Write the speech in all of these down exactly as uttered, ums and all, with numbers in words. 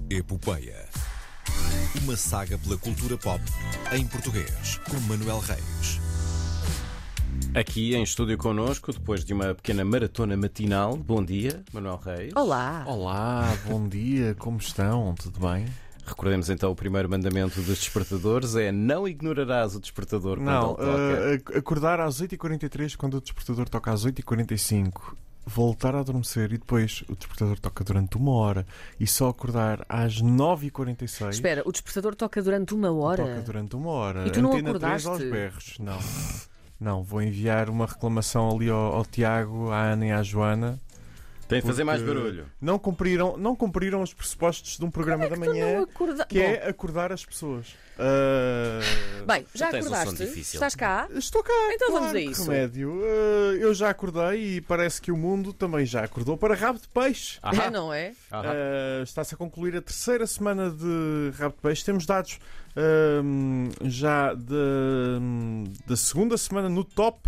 Epopeia. Uma saga pela cultura pop em português, com Manuel Reis. Aqui em estúdio connosco, depois de uma pequena maratona matinal. Bom dia, Manuel Reis. Olá. Olá, bom dia, como estão? Tudo bem? Recordemos então o primeiro mandamento dos despertadores é: não ignorarás o despertador quando Não, ele toca. uh, acordar às oito e quarenta e três quando o despertador toca às oito e quarenta e cinco, voltar a adormecer e depois o despertador toca durante uma hora e só acordar às nove e quarenta e seis. Espera, o despertador toca durante uma hora? Toca durante uma hora. E tu não Antena três acordaste? aos berros. Não. Não, vou enviar uma reclamação ali ao, ao Tiago, à Ana e à Joana. Tem de fazer mais porque barulho. Não cumpriram, não cumpriram os pressupostos de um programa Como é que da tu manhã não acorda... que é acordar as pessoas. Uh, Bem, já tens um acordaste? sono difícil. Estás cá? Estou cá. Então claro, vamos a que isso. remédio. Uh, eu já acordei e parece que o mundo também já acordou para rabo de peixe. Ahá. É, não é? Ahá. Uh, está-se a concluir a terceira semana de rabo de peixe. Temos dados uh, já de- da segunda semana no top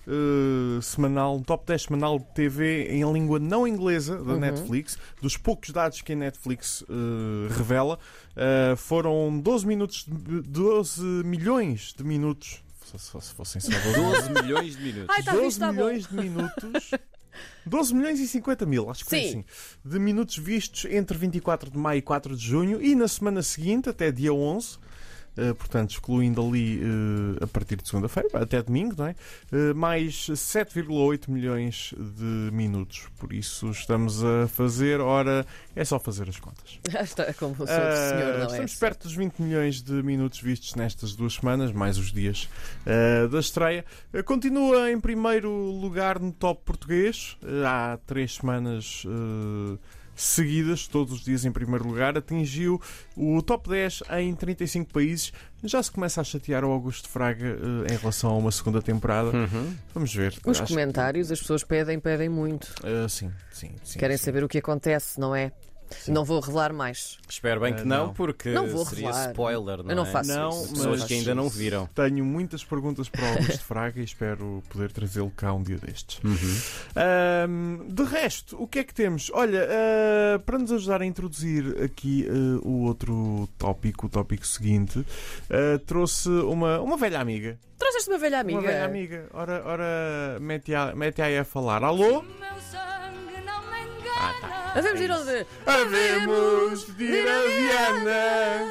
uh, semanal, no top dez semanal de T V em língua não inglesa da Uhum. Netflix. Dos poucos dados que a Netflix uh, revela, uh, foram doze minutos, de- doze milhões de minutos. Só se fossem só doze doze milhões de minutos. Ai, tá visto, doze tá bom. milhões de minutos. doze milhões e cinquenta mil, acho que foi Sim. assim. De minutos vistos entre vinte e quatro de maio e quatro de junho e na semana seguinte, até dia onze. Uh, portanto, excluindo ali uh, a partir de segunda-feira, até domingo, não é? Uh, mais sete vírgula oito milhões de minutos. Por isso estamos a fazer, ora, é só fazer as contas. Já está como o Uh, senhor, não é? estamos perto dos vinte milhões de minutos vistos nestas duas semanas, mais os dias uh, da estreia. Uh, continua em primeiro lugar no top português. Uh, há três semanas uh, seguidas, todos os dias em primeiro lugar. Atingiu o top dez em trinta e cinco países. Já se começa a chatear o Augusto Fraga uh, em relação a uma segunda temporada. Uhum. Vamos ver. Os Acho- comentários, as pessoas pedem, pedem muito. Uh, sim, sim, sim. Querem sim. saber o que acontece, não é? Não vou revelar mais. Espero bem que Uh, não, não. porque Não vou seria revelar. spoiler, não Eu não é? faço Não, isso. Pessoas mas- que ainda não viram. Tenho muitas perguntas para o Augusto Fraga e espero poder trazê-lo cá um dia destes. Uhum. Ahm, de resto, o que é que temos? Olha, ah, para nos ajudar a introduzir aqui ah, o outro tópico, o tópico seguinte, ah, trouxe uma, uma velha amiga. Trouxeste uma velha amiga. Uma velha amiga. Ora, ora mete, a, mete aí a falar. Alô? Meu sangue não me engana. Havemos de ir onde? Havemos de ir a Viana.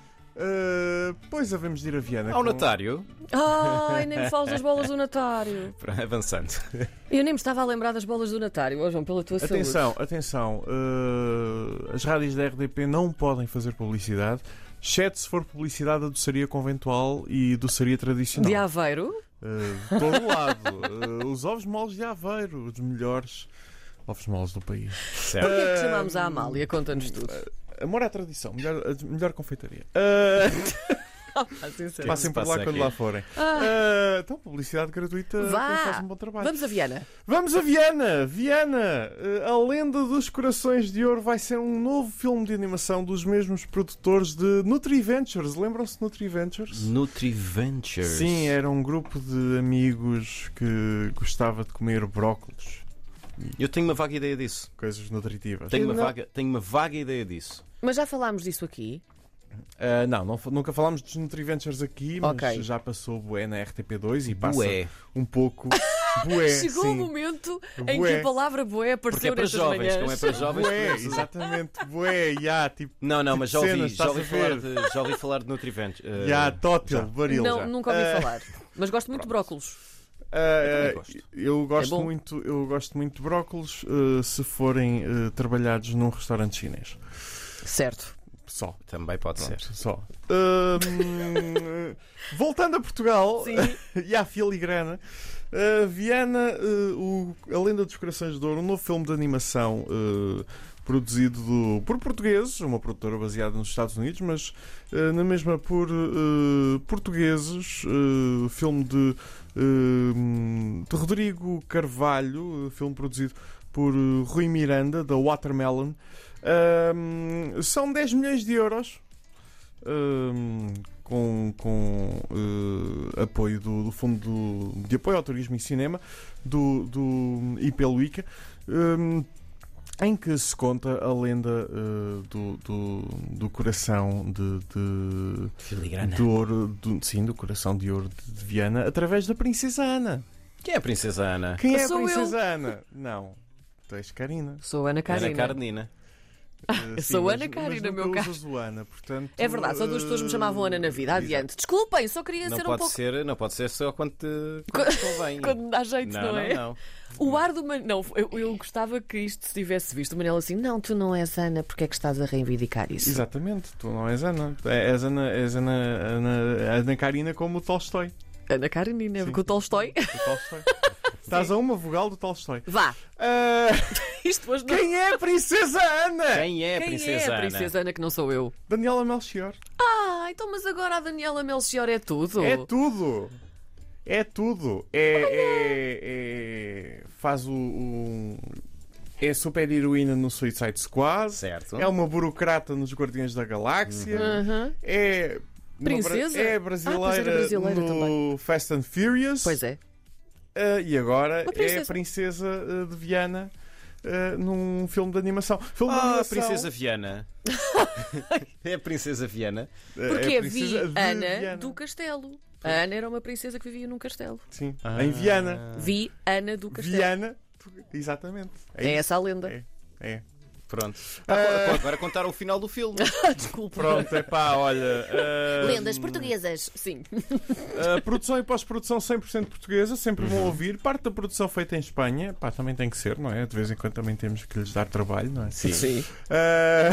Ah, pois havemos de ir a Viana. Ao com- notário, Ai, nem me falas das bolas do Natário. avançando. Eu nem me estava a lembrar das bolas do Natário. Ó, João, pela tua saúde. Atenção, atenção. ah, as rádios da R D P não podem fazer publicidade, exceto se for publicidade da doçaria conventual e doçaria tradicional. De Aveiro. Ah, de todo lado. Ah, os ovos moles de Aveiro, os melhores ovos moles do país. Certo. Porquê é que Ah, chamámos a Amália? Conta-nos tudo. Amor à tradição, melhor, a melhor confeitaria. Ah, Assim será. passem se por passa lá quando aqui? lá forem. Ah, Ah, então, publicidade gratuita, Vá. quem faz um bom trabalho. vamos a Viana. Vamos a Viana! Viana! eh, A Lenda dos Corações de Ouro vai ser um novo filme de animação dos mesmos produtores de NutriVentures. Lembram-se de NutriVentures? NutriVentures. Sim, era um grupo de amigos que gostava de comer brócolos, Eu tenho uma vaga ideia disso. coisas nutritivas. Tenho uma, não- vaga, tenho uma vaga ideia disso. Mas já falámos disso aqui. Ah, não, não, nunca falámos dos NutriVentures aqui, mas Ok. já passou bué na R T P dois e passa Bué. um pouco bué. Chegou sim. o momento em Bué. que a palavra bué Porque apareceu é para nestas jovens, manhãs. como é para jovens. Bué, conheces- exatamente, bué, já, tipo, Não, não, mas já Tipo ouvi, cenas, já estás ouvi, a falar ver? de, já ouvi falar de NutriVentures. Uh, já, tótil, já. baril. Não, já. nunca ouvi Ah, falar. Mas gosto muito de brócolos. Ah, Eu também ah, gosto. eu gosto É bom. muito, eu gosto muito de brócolos ah, se forem ah, trabalhados num restaurante chinês. Certo. Só. Também pode Pronto, ser. só. Ahm, voltando a Portugal Sim. e à filigrana, ah, Viana, ah, o, A Lenda dos Corações de Ouro, um novo filme de animação ah, produzido do- por portugueses, uma produtora baseada nos Estados Unidos, mas ah, na mesma por ah, portugueses, ah, filme de, ah, de Rodrigo Carvalho, ah, filme produzido por ah, Rui Miranda, da Watermelon. Um, são dez milhões de euros um, com, com uh, apoio do, do Fundo do- de Apoio ao Turismo e Cinema do, do I P L U I C A. Um, em que se conta a lenda uh, do, do, do coração de, de, Filigrana. de ouro, do, sim, do coração de ouro de, de Viana, através da Princesa Ana. Quem é a Princesa Ana? Quem é a Sou eu. Princesa Ana? Não, tu és Karina. Sou Ana Karina. Ana Karenina. Uh, Eu sim, sou mas- Ana Karina, mas meu nunca caso. usas o Ana, portanto, É verdade, só duas pessoas me chamavam Ana na vida. uh, Adiante. Desculpem, só queria Não ser um pode, pouco. ser, não pode ser só quando te, quando te convém. Quando me dá jeito, não, não, é? não, não. O ar do Man... Não, eu, eu gostava que isto se tivesse visto. O Manel assim, não, tu não és Ana, porque é que estás a reivindicar isso? Exatamente, tu não és Ana. És Ana, és Ana, Ana, Ana Karina como o Tolstói. Ana Karenina, Sim. com o Tolstói. O Tolstói. Estás a uma vogal do Tolstói. Vá, Ah, isto hoje não. quem é a Princesa Ana? Quem é a Quem Princesa é a Ana? Princesa Ana que não sou eu? Daniela Melchior. Ah, então mas agora a Daniela Melchior é tudo. É tudo. É tudo. É, é- é- faz o, o- é super heroína no Suicide Squad. Certo. É uma burocrata nos Guardiões da Galáxia. Aham. É uma Princesa? bra- É Ah, pois brasileira, era brasileira no também. Fast and Furious. Pois é. Ah, e agora Uma é princesa. a princesa ah, de Viana ah, num filme de animação. Filme de Ah, a animação. Princesa Viana. É a Princesa Viana. Ah, Porque é a vi princesa de Ana Viana. do Castelo. A Ana era uma princesa que vivia num castelo. Sim, Ah. em Viana. Vi Ana do Castelo. Viana. Exatamente. É isso. essa a lenda. É. É. Pronto. Ah. Ah, agora contar o final do filme. Desculpa. Pronto, é pá, olha. ah, Lendas portuguesas. Sim. ah, produção e pós-produção cem por cento portuguesa, sempre vão ouvir. Parte da produção feita em Espanha, pá, também tem que ser, não é? De vez em quando também temos que lhes dar trabalho, não é? Sim. Ah,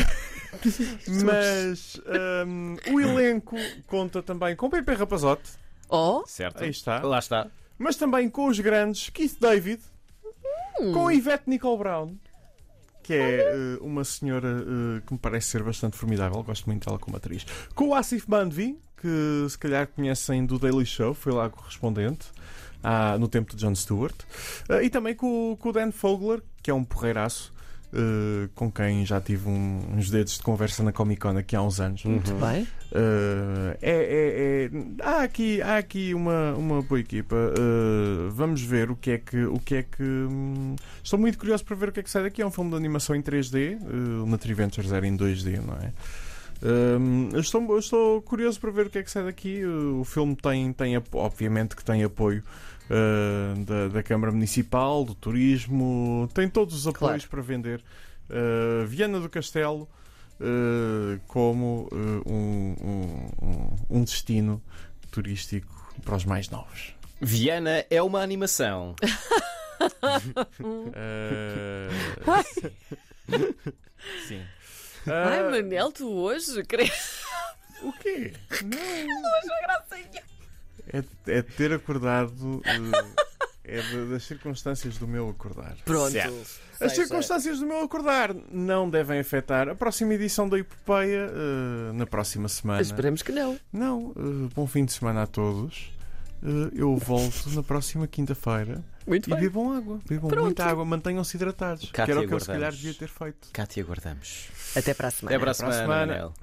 mas ahm, o elenco conta também com Pepe Rapazote, Oh, Certo. aí está, Lá está. mas também com os grandes Keith David, com Ivete Nicole Brown, que é eh, uma senhora eh, que me parece ser bastante formidável, gosto muito dela como atriz, com o Asif Manvi, que se calhar conhecem do Daily Show, foi lá correspondente ah, no tempo de Jon Stewart, eh, e também com, o- com o Dan Fogler, que é um porreiraço, eh, com quem já tive um- uns dedos de conversa na Comic Con aqui há uns anos. muito bem. Uh, é, é- é- há aqui, há aqui uma, uma boa equipa. Uh, vamos ver o que é que. O que, é que hum, estou muito curioso para ver o que é que sai daqui. É um filme de animação em três D. Uh, o Nutri Ventures era em dois D, não é? Um, eu estou, eu estou curioso para ver o que é que sai daqui. Uh, o filme tem, tem apo- obviamente que tem apoio uh, da, da Câmara Municipal, do Turismo, tem todos os apoios para vender. Uh, Viana do Castelo. Uh, como uh, um, um- um- um destino turístico para os mais novos. Viana é uma animação. Uh, Sim. Ai, Uh, Manel, tu hoje queres. o quê? É, é ter acordado. uh, é de- das circunstâncias do meu acordar. Pronto. Certo. As Seja- circunstâncias do meu acordar não devem afetar a próxima edição da Epopeia uh, na próxima semana. Esperamos que não. Não, uh, bom fim de semana a todos. Uh, eu volto na próxima quinta-feira Muito e bem. bebam água. Bebam Pronto. muita água, mantenham-se hidratados. Cá que era te o que eu se calhar aguardamos. devia ter feito. Cá te aguardamos. Até para a semana. Até para a Até para a semana, semana. Manel.